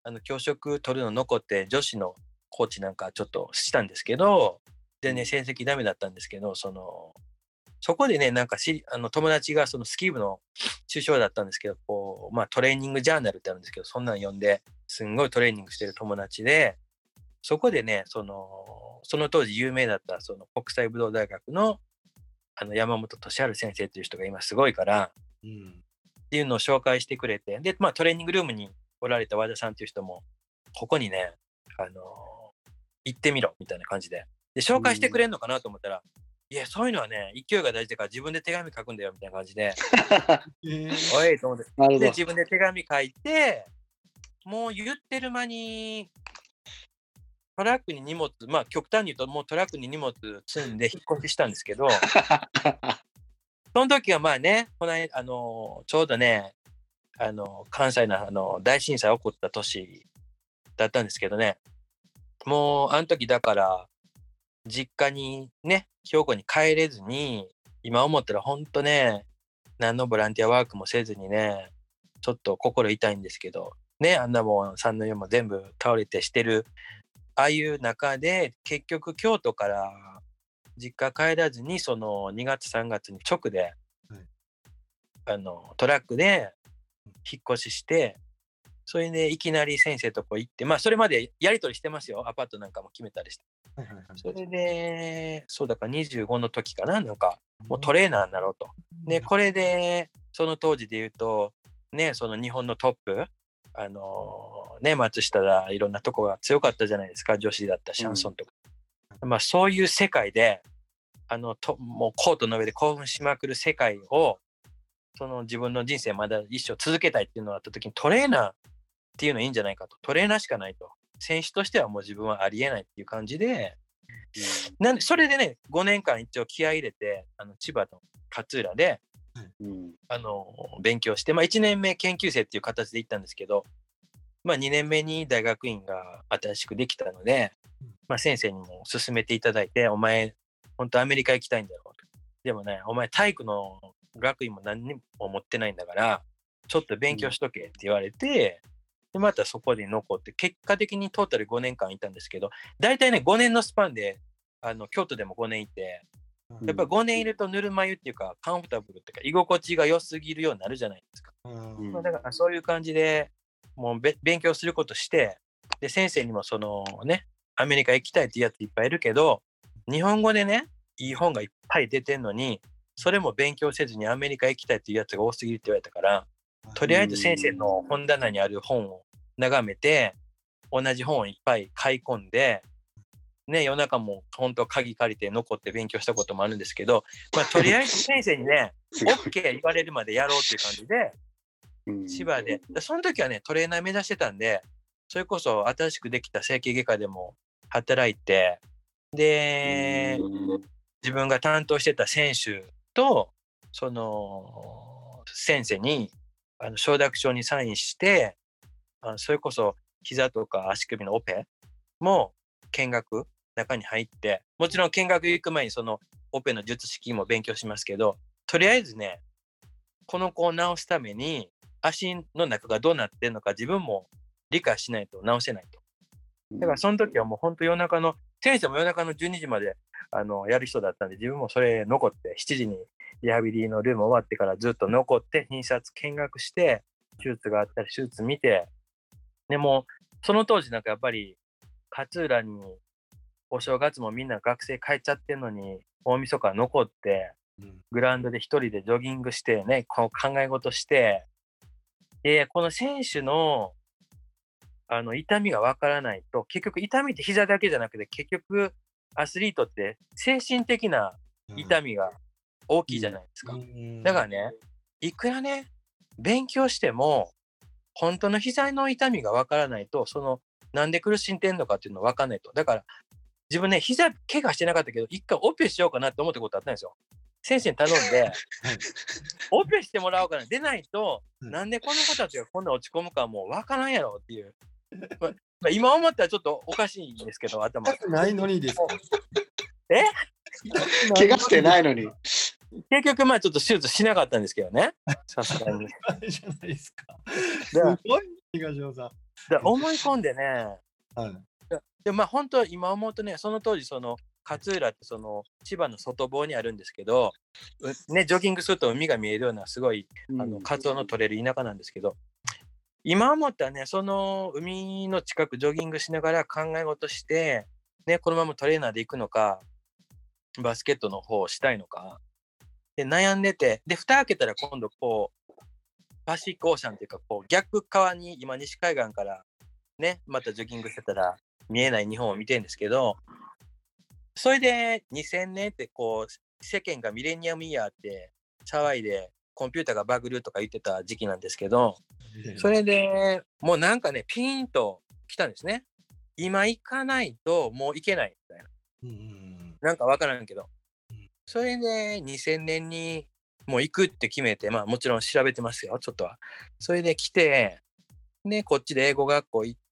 あの教職取るの残って女子のコーチなんかちょっとしたんですけど、でね成績ダメだったんですけど、そのそこでねなんかしあの友達がそのスキー部の主将だったんですけど、こうまあトレーニングジャーナルってあるんですけど、そんなの読んですんごいトレーニングしてる友達で、そこでねそのその当時有名だったその国際武道大学のあの山本俊治先生という人が今すごいから、うん、っていうのを紹介してくれて、でまあトレーニングルームにおられた和田さんという人もここにねあの行ってみろみたいな感じで、で紹介してくれんのかなと思ったら、いやそういうのはね勢いが大事だから自分で手紙書くんだよみたいな感じでおいと思って、で自分で手紙書いて、もう言ってる間にトラックに荷物、まあ極端に言うともうトラックに荷物積んで引っ越ししたんですけどその時はまあね、このあのちょうどねあの関西のあの大震災起こった年だったんですけどね、もうあの時だから実家にね兵庫に帰れずに、今思ったらほんとね何のボランティアワークもせずにねちょっと心痛いんですけどね、あんなもんさんのよんも全部倒れてしてるああいう中で結局京都から実家帰らずにそのにがつさんがつに直で、はい、あのトラックで引っ越しして、それでいきなり先生とこ行って、まあそれまでやり取りしてますよ、アパートなんかも決めたりして、はいはいはい、それでそうだからにじゅうごの時かな、なんかもうトレーナーになろうと、でこれでその当時で言うとねその日本のトップあのー、ね松下だいろんなとこが強かったじゃないですか、女子だったシャンソンとか、うん、まあそういう世界であのともうコートの上で興奮しまくる世界をその自分の人生まだ一生続けたいっていうのがあった時にトレーナーっていうのいいんじゃないかと、トレーナーしかないと、選手としてはもう自分はありえないっていう感じで、うん、なんでそれでねごねんかん一応気合い入れてあの千葉の勝浦で、うん、あの勉強して、まあ、いちねんめ研究生っていう形で行ったんですけど、まあ、にねんめに大学院が新しくできたので、まあ、先生にも勧めていただいて、お前本当アメリカ行きたいんだろうと、でもねお前体育の学位も何にも持ってないんだからちょっと勉強しとけって言われて、でまたそこで残って結果的にトータルごねんかんいたんですけど、大体ねごねんのスパンであの京都でもごねんいて、やっぱごねんいるとぬるま湯っていうかカンフォタブルっていうか居心地が良すぎるようになるじゃないですか、うんまあ、だからそういう感じでもうべ勉強することして、で先生にもそのねアメリカ行きたいっていうやついっぱいいるけど日本語でねいい本がいっぱい出てんのにそれも勉強せずにアメリカ行きたいっていうやつが多すぎるって言われたから、とりあえず先生の本棚にある本を眺めて同じ本をいっぱい買い込んでね、夜中も本当鍵借りて残って勉強したこともあるんですけど、まあ、とりあえず先生にねOK 言われるまでやろうっていう感じで千葉で、その時はねトレーナー目指してたんで、それこそ新しくできた整形外科でも働いて、で自分が担当してた選手とその先生にあの承諾書にサインして、あのそれこそ膝とか足首のオペも見学中に入って、もちろん見学行く前にそのオペの術式も勉強しますけど、とりあえずねこの子を治すために足の中がどうなってるのか自分も理解しないと治せないと。だからその時はもう本当夜中の先生も夜中のじゅうにじまであのやる人だったんで、自分もそれ残ってしちじにリハビリのルーム終わってからずっと残って診察見学して手術があったり手術見て、でもその当時なんかやっぱり勝浦にお正月もみんな学生帰っちゃってんのに大晦日残ってグラウンドで一人でジョギングしてね、こう考え事して、でこの選手のあの痛みがわからないと、結局痛みって膝だけじゃなくて結局アスリートって精神的な痛みが大きいじゃないですか。だからねいくらね勉強しても本当の膝の痛みがわからないと、そのなんで苦しんでんのかっていうのわかんないと。だから自分ね膝怪我してなかったけど一回オペしようかなって思ったことあったんですよ。先生に頼んでオペしてもらおうかな、出ないとなんでこの子たちがこんな落ち込むかもうわからんやろっていう、ままあ、今思ったらちょっとおかしいんですけど頭ないのにですかえ怪我してないのに結局まあちょっと手術しなかったんですけどね、さすがにじゃないですか。すごい東條さん。 だ思い込んでね、 はい、 でまあ本当今思うとね、その当時その勝浦ってその千葉の外房にあるんですけど、ね、ジョギングすると海が見えるようなすごい、うん、あのカツオの取れる田舎なんですけど、今思ったらね、その海の近くジョギングしながら考え事して、ね、このままトレーナーで行くのか、バスケットの方をしたいのか、で悩んでて、で蓋開けたら今度こうパシフィックオーシャンっていうかこう逆側に今西海岸からねまたジョギングしてたら見えない日本を見てるんですけど、それでにせんねんってこう世間がミレニアムイヤーって騒いでコンピューターがバグるとか言ってた時期なんですけど、それでもうなんかねピーンと来たんですね。今行かないともう行けないみたいな、うん、なんか分からんけど、それでにせんねんにもう行くって決めて、まあもちろん調べてますよちょっとは。それで来て、ね、こっちで英語学校行って、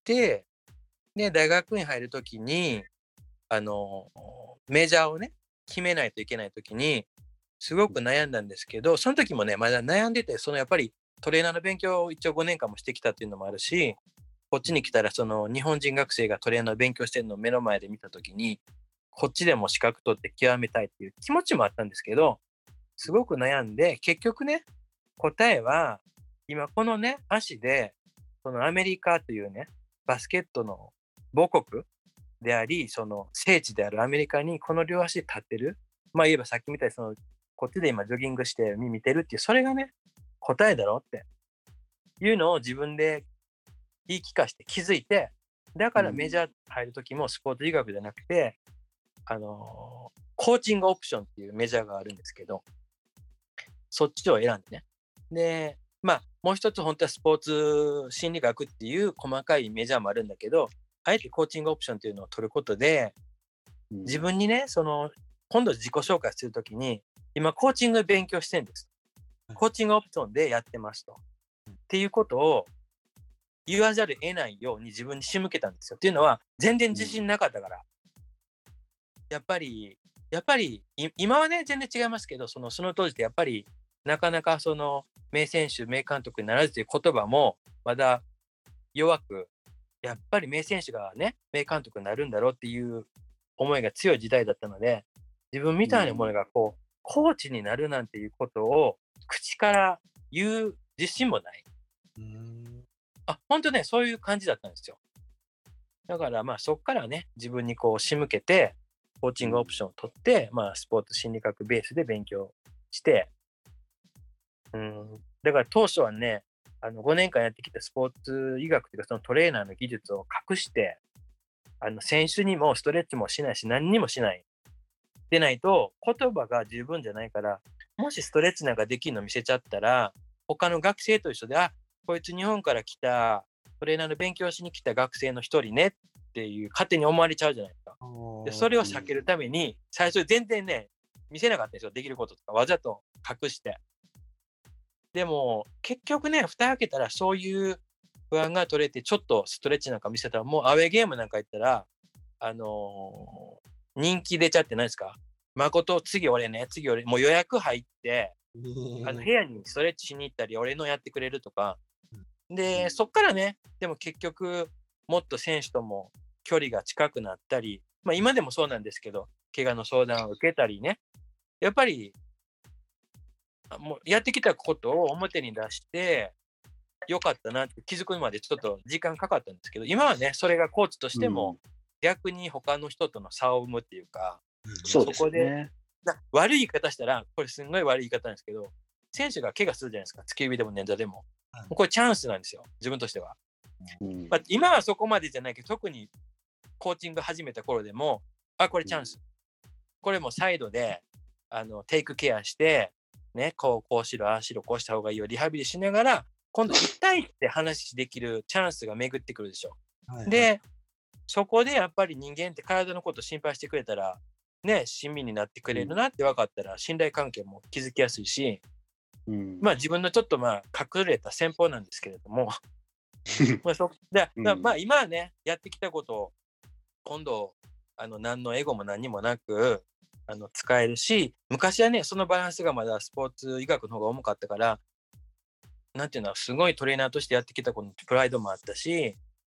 で大学に入るときにあのメジャーをね決めないといけないときにすごく悩んだんですけど、その時もねまだ悩んでて、そのやっぱりトレーナーの勉強を一応ごねんかんもしてきたっていうのもあるし、こっちに来たらその日本人学生がトレーナー勉強してるのを目の前で見た時にこっちでも資格取って極めたいっていう気持ちもあったんですけど、すごく悩んで結局ね答えは今このね足でそのアメリカというねバスケットの母国でありその聖地であるアメリカにこの両足で立ってる、まあ言えばさっきみたいにそのこっちで今ジョギングして海見てるっていう、それがね答えだろっていうのを自分で言い聞かして気づいて、だからメジャー入る時もスポーツ医学じゃなくて、あのー、コーチングオプションっていうメジャーがあるんですけど、そっちを選んでね。で、まあもう一つ本当はスポーツ心理学っていう細かいメジャーもあるんだけど、あえてコーチングオプションっていうのを取ることで、自分にね、その今度自己紹介するときに、今コーチング勉強してるんです。コーチングオプションでやってますと。っていうことを言わざるを得ないように自分に仕向けたんですよ。っていうのは全然自信なかったから。やっぱり、やっぱり今はね全然違いますけど、そのその当時ってやっぱりなかなかその名選手、名監督にならずという言葉もまだ弱く、やっぱり名選手がね名監督になるんだろうっていう思いが強い時代だったので、自分みたいなものがこう、うん、コーチになるなんていうことを口から言う自信もない。うーん、あ、本当ねそういう感じだったんですよ。だからまあそこからね自分にこう仕向けてコーチングオプションを取って、まあスポーツ心理学ベースで勉強して、うん、だから当初はねあのごねんかんやってきたスポーツ医学というかそのトレーナーの技術を隠して、あの選手にもストレッチもしないし何にもしないでないと言葉が十分じゃないから、もしストレッチなんかできるの見せちゃったら他の学生と一緒で、あ、こいつ日本から来たトレーナーの勉強しに来た学生の一人ねっていう勝手に思われちゃうじゃないですか。でそれを避けるために最初全然ね見せなかったんですよ、できることとかわざと隠して。でも結局ね蓋開けたらそういう不安が取れて、ちょっとストレッチなんか見せたらもうアウェーゲームなんか行ったらあのー、人気出ちゃってないですか。誠次俺ね次俺もう予約入ってあの部屋にストレッチしに行ったり俺のやってくれるとかで、そっからねでも結局もっと選手とも距離が近くなったり、まあ今でもそうなんですけど怪我の相談を受けたりね、やっぱりもうやってきたことを表に出してよかったなって気づくまでちょっと時間かかったんですけど、今はねそれがコーチとしても逆に他の人との差を生むっていうか、 うん、そこで悪い言い方したらこれすんごい悪い言い方なんですけど、選手が怪我するじゃないですか、突き指でも捻挫でも、うん、これチャンスなんですよ自分としては、うんまあ、今はそこまでじゃないけど特にコーチング始めた頃でもあこれチャンス、うん、これもサイドであのテイクケアしてねこうこうしろああしろこうした方がいいよリハビリしながら今度一対一で話できるチャンスが巡ってくるでしょ、はいはい、でそこでやっぱり人間って体のこと心配してくれたらね親身になってくれるなって分かったら信頼関係も築きやすいし、うん、まあ自分のちょっとまあ隠れた戦法なんですけれどもまあそでだまあ今はねやってきたことを今度あの何のエゴも何にもなくあの使えるし、昔はねそのバランスがまだスポーツ医学の方が重かったからなんていうのすごいトレーナーとしてやってきたことのプライドもあったし、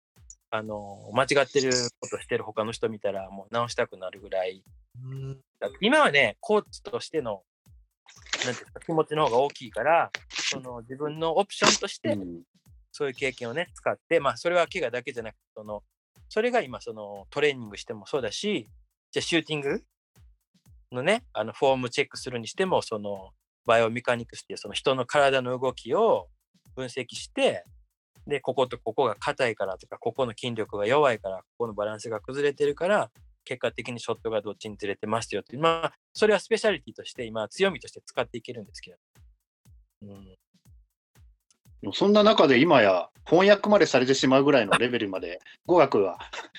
あの間違ってることしてる他の人見たらもう直したくなるぐらい、うん、今はねコーチとしてのなんていうか気持ちの方が大きいから、その自分のオプションとしてそういう経験をね使って、まあそれは怪我だけじゃなくて、そのそれが今そのトレーニングしてもそうだし、じゃあシューティングのねあのフォームチェックするにしても、そのバイオメカニクスっていうその人の体の動きを分析して、でこことここが硬いからとか、ここの筋力が弱いから、ここのバランスが崩れてるから結果的にショットがどっちにずれてますよって、まあそれはスペシャリティとして今強みとして使っていけるんですけど、 うん、そんな中で今や翻訳までされてしまうぐらいのレベルまで語学は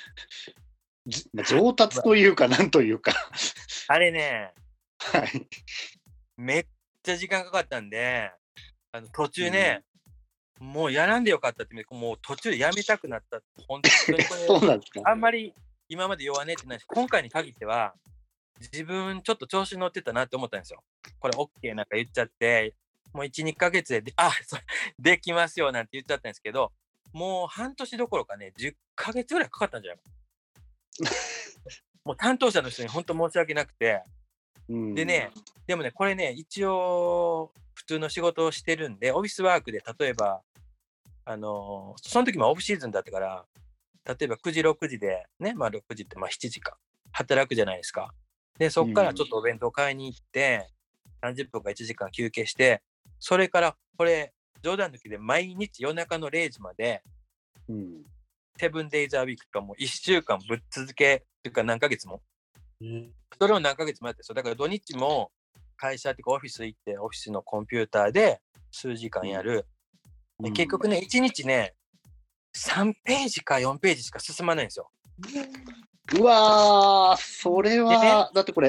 上達というかなんというかあれね、 はい、 めっちゃ時間かかったんで、あの途中ね、うん、もうやらんでよかったって、もう途中でやめたくなった。本当にこれそうなんですか。 あんまり今まで弱音ってないし、今回に限っては自分ちょっと調子乗ってたなって思ったんですよ。これ OK なんか言っちゃって、もういち、にかげつで、であそできますよなんて言っちゃったんですけど、もう半年どころかね、じゅっかげつぐらいかかったんじゃないかもう担当者の人に本当申し訳なくて、うん、でね、でもね、これね、一応普通の仕事をしてるんで、オフィスワークで例えば、あのー、その時もオフシーズンだったから、例えばくじ、ろくじでね、まあろくじってまあしちじか、働くじゃないですか。で、そこからちょっとお弁当買いに行って、さんじゅっぷんかいちじかん休憩して、それからこれ、冗談抜きで毎日夜中のれいじまで、うん、セブンデイズアウィークとかもういっしゅうかんぶっ続けというか何ヶ月も、うん、それを何ヶ月もやって、そうだから土日も会社っていうかオフィス行ってオフィスのコンピューターで数時間やる、うん、結局ねいちにちねさんページかよんページしか進まないんですよ。 うわー、それは、ね、だってこれ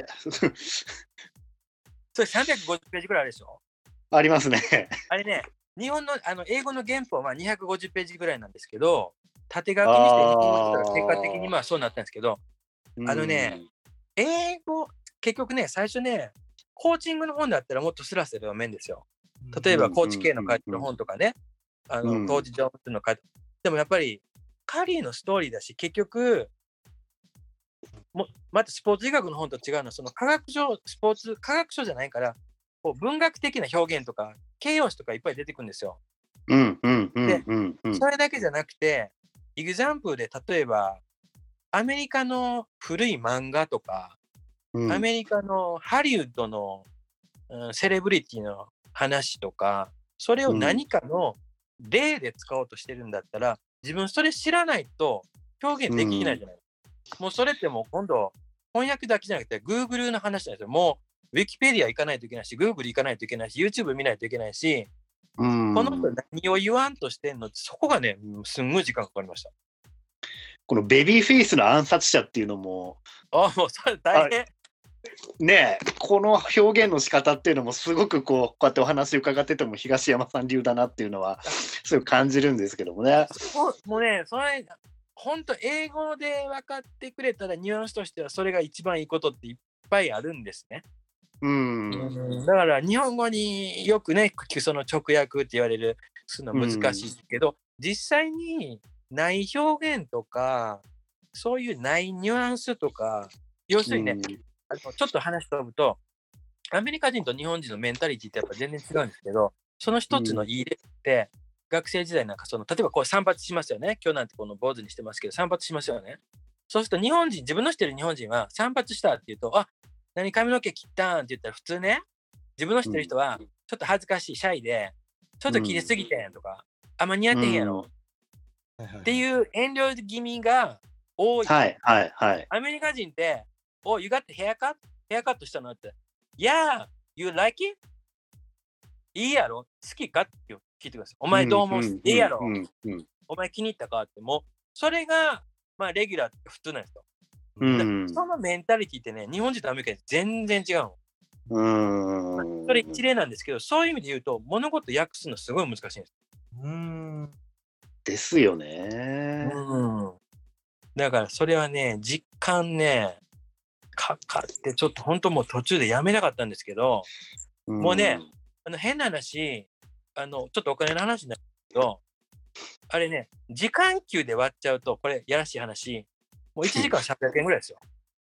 それさんびゃくごじゅっページぐらいあるでしょ。 ありますね。 あれね、日本のあの英語の原本はにひゃくごじゅっページぐらいなんですけど、縦書きにして日本語にしたら結果的にまあそうなったんですけど、あのね、英語、結局ね、最初ね、コーチングの本だったらもっとスラスラ読めんですよ。例えば、コーチ系の書いてる本とかね、あの、コーチ上手の書いて、でもやっぱり、カリーのストーリーだし、結局、もまたスポーツ医学の本と違うのは、その科学書、スポーツ科学書じゃないから、こう文学的な表現とか、形容詞とかいっぱい出てくるんですよ。 うんうんうんで、それだけじゃなくて、エグザンプルで例えば、アメリカの古い漫画とか、うん、アメリカのハリウッドの、うん、セレブリティの話とか、それを何かの例で使おうとしてるんだったら、自分それ知らないと表現できないじゃない、うん、もうそれってもう今度翻訳だけじゃなくて Google の話なんですよ。もう Wikipedia 行かないといけないし、Google 行かないといけないし、YouTube 見ないといけないし、うん、この人何を言わんとしてんのって、そこがね、すんごい時間かかりました。 このベビーフェイスの暗殺者っていうのも、 あ、もうそれ大変。 ねえ、この表現の仕方っていうのもすごくこう、こうやってお話伺ってても東山さん流だなっていうのはすごい感じるんですけどもね。 もうね、それ本当英語で分かってくれたらニュアンスとしてはそれが一番いいことっていっぱいあるんですね。 うん、 うん、だから日本語によくね、その直訳って言われるするの難しいけど、うん、実際にない表現とかそういうないニュアンスとか、要するにね、うん、あのちょっと話飛ぶと、アメリカ人と日本人のメンタリティってやっぱ全然違うんですけど、その一つのいい例って、うん、学生時代なんかその例えばこう散髪しますよね。今日なんてこの坊主にしてますけど散髪しますよね。そうすると日本人、自分の知ってる日本人は散髪したって言うと、あ、何髪の毛切ったんって言ったら普通ね、自分の知ってる人はちょっと恥ずかしい、シャイで、ちょっと切りすぎてんとか、あんま似合ってへんやろ、うん、っていう遠慮気味が多い。 はいはいはい。 アメリカ人って、お、you got the haircut? ヘアカットしたのって、Yeah, you like it? いいやろ、好きかって聞いてください。お前どう思う、うん、いいやろ、うんうん、お前気に入ったかって、もうそれがまあレギュラーって普通なんですよ。うん、そのメンタリティってね、日本人とアメリカで全然違うの。 うん、 まあ、それ一例なんですけど、そういう意味で言うと物事訳すのすごい難しいんです。 うん、ですよね。 うん。だからそれはね、実感ね、かかってちょっと本当もう途中でやめなかったんですけど、うん、もうね、あの変な話、あのちょっとお金の話なんですけど、 あれね、時間給で割っちゃうと、これ、やらしい話、もういちじかんさんびゃくえんぐらいですよ。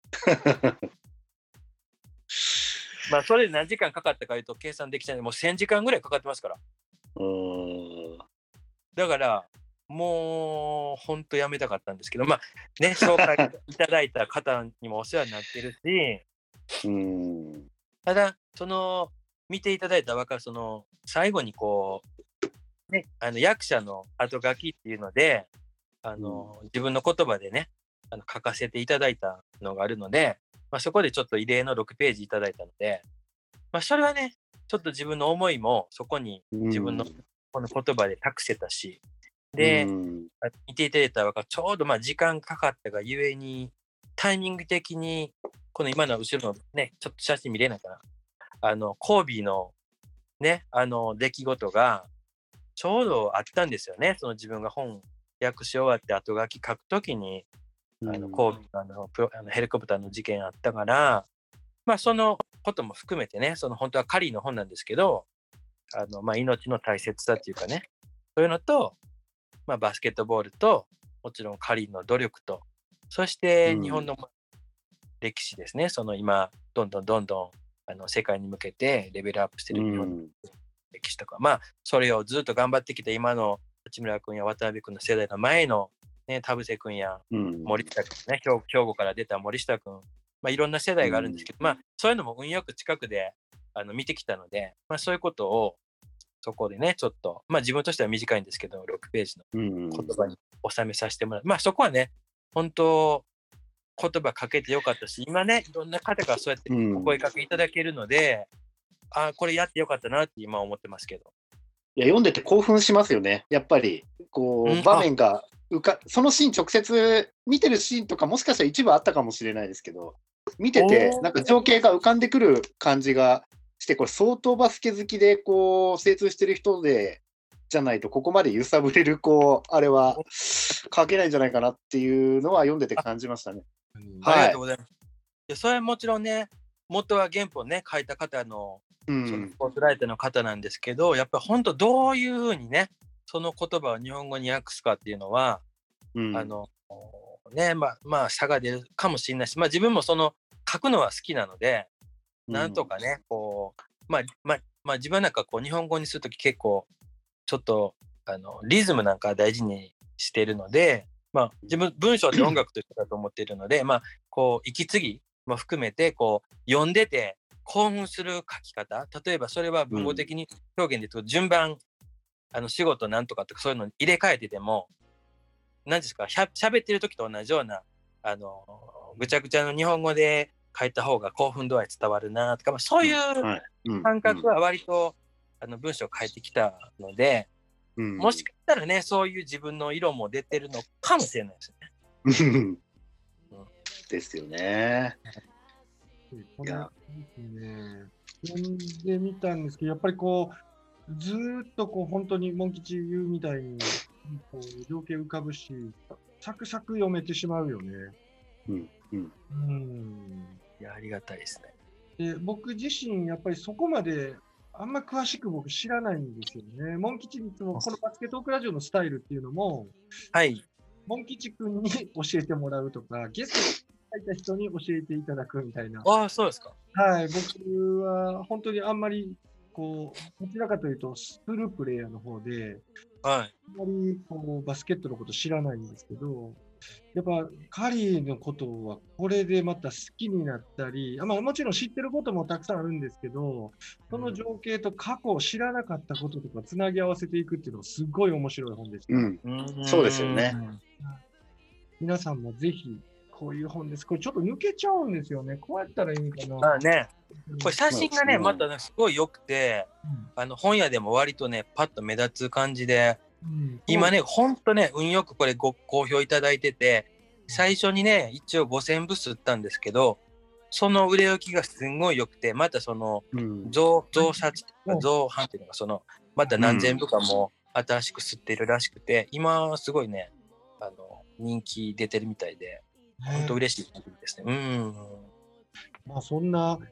まあ、それで何時間かかったかいうと計算できちゃうので、もうせんじかんぐらいかかってますから。 うーん。 だから、もう、ほんとやめたかったんですけど、まあ、ね、紹介いただいた方にもお世話になってるし、うーん。 ただ、その、見ていただいたら分かる、その、最後にこう、ね、あの、役者の後書きっていうので、あの、うん、自分の言葉でね、あの書かせていただいたのがあるので、まあ、そこでちょっと異例のろくページいただいたので、まあ、それはね、ちょっと自分の思いもそこに自分のこの言葉で託せたし、で、うん、見ていただいたら分かる、ちょうどまあ時間かかったがゆえに、タイミング的に、この今の後ろのね、ちょっと写真見れないかな。あの、コービーのね、あの、出来事が、ちょうどあったんですよね。その自分が本訳し終わって後書き書くときに、あの、コービーのあのプロあのヘリコプターの事件あったから、まあ、そのことも含めてね、その本当はカリーの本なんですけど、あの、まあ、命の大切さっていうかね、そういうのと、まあ、バスケットボールと、もちろんカリーの努力と、そして日本の歴史ですね、うん、その今、どんどんどんどんあの世界に向けてレベルアップしてる日本の歴史とか、うん、まあ、それをずっと頑張ってきた今の八村君や渡辺君の世代の前の、ね、田臥君や森下君ね、うん、兵庫から出た森下君、まあ、いろんな世代があるんですけど、うん、まあ、そういうのも運よく近くであの見てきたので、まあ、そういうことをそこでね、ちょっと、まあ自分としては短いんですけど、ろくページの言葉に収めさせてもらう。うん、まあそこはね、本当、言葉かけてよかったし、今ね、いろんな方からそうやってお声かけいただけるので、うん、あ、これやってよかったなって今思ってますけど。 いや、読んでて興奮しますよね。やっぱり、こう、うん、場面がうか、そのシーン直接見てるシーンとかもしかしたら一部あったかもしれないですけど、見てて、なんか情景が浮かんでくる感じが、して、これ相当バスケ好きで、こう、精通してる人で、じゃないと、ここまで揺さぶれる、こう、あれは、書けないんじゃないかなっていうのは読んでて感じましたね。 あ、はい、ありがとうございます。いや、それはもちろんね、元は原本ね、書いた方の、そのスポーツライターの方なんですけど、うん、やっぱり本当どういうふうにね、その言葉を日本語に訳すかっていうのは、うん、あの、ね、まあ、まあ、差が出るかもしれないし、まあ自分もその、書くのは好きなので、なんとかね、こう、まあ、まあ、まあ、自分なんかこう、日本語にするとき結構、ちょっと、あの、リズムなんか大事にしているので、まあ、自分、文章って音楽としてだと思っているので、まあ、こう、息継ぎも含めて、こう、読んでて興奮する書き方、例えばそれは文語的に表現で言うと、順番、あの、仕事なんとかとかそういうのに入れ替えてても、何ですか、しゃ、喋ってるときと同じような、あの、ぐちゃぐちゃの日本語で、書いた方が興奮度合い伝わるなとか、まあ、そういう感覚は割と、あの文章を書いてきたので、うん、もしかしたらね、そういう自分の色も出てるのかもしれないですね。うん、 ですよね。 いや、読んでみたんですけど、やっぱりこう、ずっとこう本当にモン吉言うみたいに、こう情景浮かぶし、サクサク読めてしまうよね。 うんうんうんいや、ありがたいですね。で、僕自身、やっぱりそこまで、あんま詳しく僕知らないんですよね。モン吉にいつもこのバスケトークラジオのスタイルっていうのも、 はい。 モン吉君に教えてもらうとか、ゲストに書いた人に教えていただくみたいな。 ああ、そうですか。 はい、僕は本当にあんまり、こう、どちらかというと、スループレイヤーの方で、 はい。 あんまりこうバスケットのこと知らないんですけど、やっぱカリーのことはこれでまた好きになったり、まあ、もちろん知ってることもたくさんあるんですけど、その情景と過去を知らなかったこととかつなぎ合わせていくっていうのはすごい面白い本でした。 うん、そうですよね。 皆さんもぜひこういう本です。これちょっと抜けちゃうんですよね。こうやったらいいかな。 あね、これ写真がね、またね、すごい良くて、うん、あの本屋でも割とね、パッと目立つ感じで、うん、今ね、ほんとね、運よくこれご好評いただいてて、最初にね、一応ごせんぶす売ったんですけど、その売れ行きがすんごい良くて、またその、増、増刷、増版っていうのが、その、また何千部かも新しく吸ってるらしくて、今すごいね、あの、人気出てるみたいで、ほんと嬉しいですね。うん。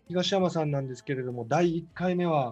まあそんな東山さんなんですけれども、だいいっかいめは、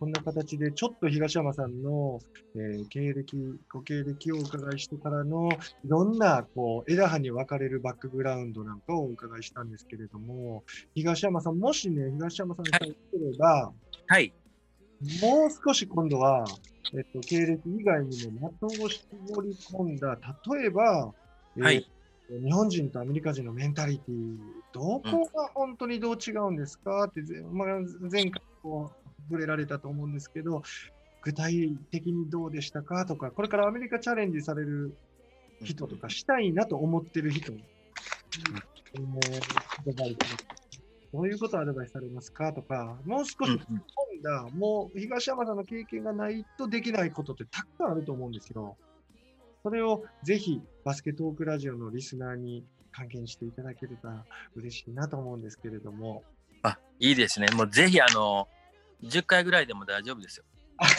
こんな形でちょっと東山さんの、えー、経歴、ご経歴をお伺いしてからのいろんなこう枝葉に分かれるバックグラウンドなんかをお伺いしたんですけれども、東山さん、もしね、東山さんが言ってれば、 はい、 もう少し今度は、えっと、経歴以外にも的を絞り込んだ、例えば、えーはい日本人とアメリカ人のメンタリティ、どこが本当にどう違うんですかって、まあ、前回こう触れられたと思うんですけど、具体的にどうでしたかとか、これからアメリカチャレンジされる人とか、したいなと思ってる人、うんえー、どういうことをアドバイスされますかとか、もう少し突っ込んだ、もう東山さんの経験がないとできないことってたくさんあると思うんですよ。それをぜひバスケトークラジオのリスナーに還元していただければ嬉しいなと思うんですけれども。 あ、いいですね。もうぜひあのじゅっかいぐらいでも大丈夫ですよ。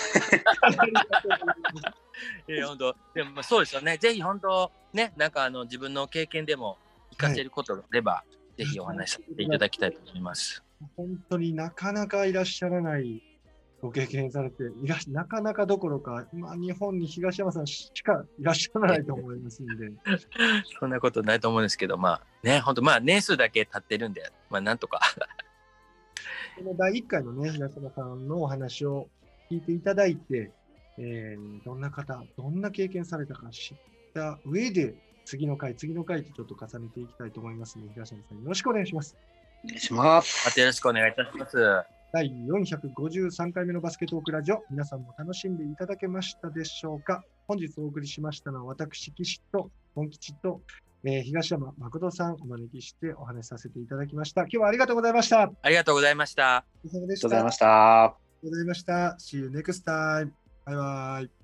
いや本当でもそうですよね。ぜひ本当ね、なんかあの自分の経験でも活かせることがあれば、はい、ぜひお話しさせていただきたいと思います。 本当になかなかいらっしゃらないご経験されていらっしゃなかなかどころか、まあ、日本に東山さんしかいらっしゃらないと思いますんで。 そんなことないと思うんですけど、まあね、本当まあ年数だけ経ってるんで、まあなんとか。 このだいいっかいのね、東山さんのお話を聞いていただいて、えー、どんな方、どんな経験されたか知った上で、次の回、次の回とちょっと重ねていきたいと思いますので、東山さんよろしくお願いします。 お願いします。 またよろしくお願いいたします。 だいよんひゃくごじゅうさんかいめのバスケトークラジオ、皆さんも楽しんでいただけましたでしょうか。本日お送りしましたのは私、岸と本吉と、えー、東山誠さんをお招きしてお話しさせていただきました。今日はありがとうございました。 ありがとうございました。 ありがとうございました。ありがとうございました。See you next time. バイバイ。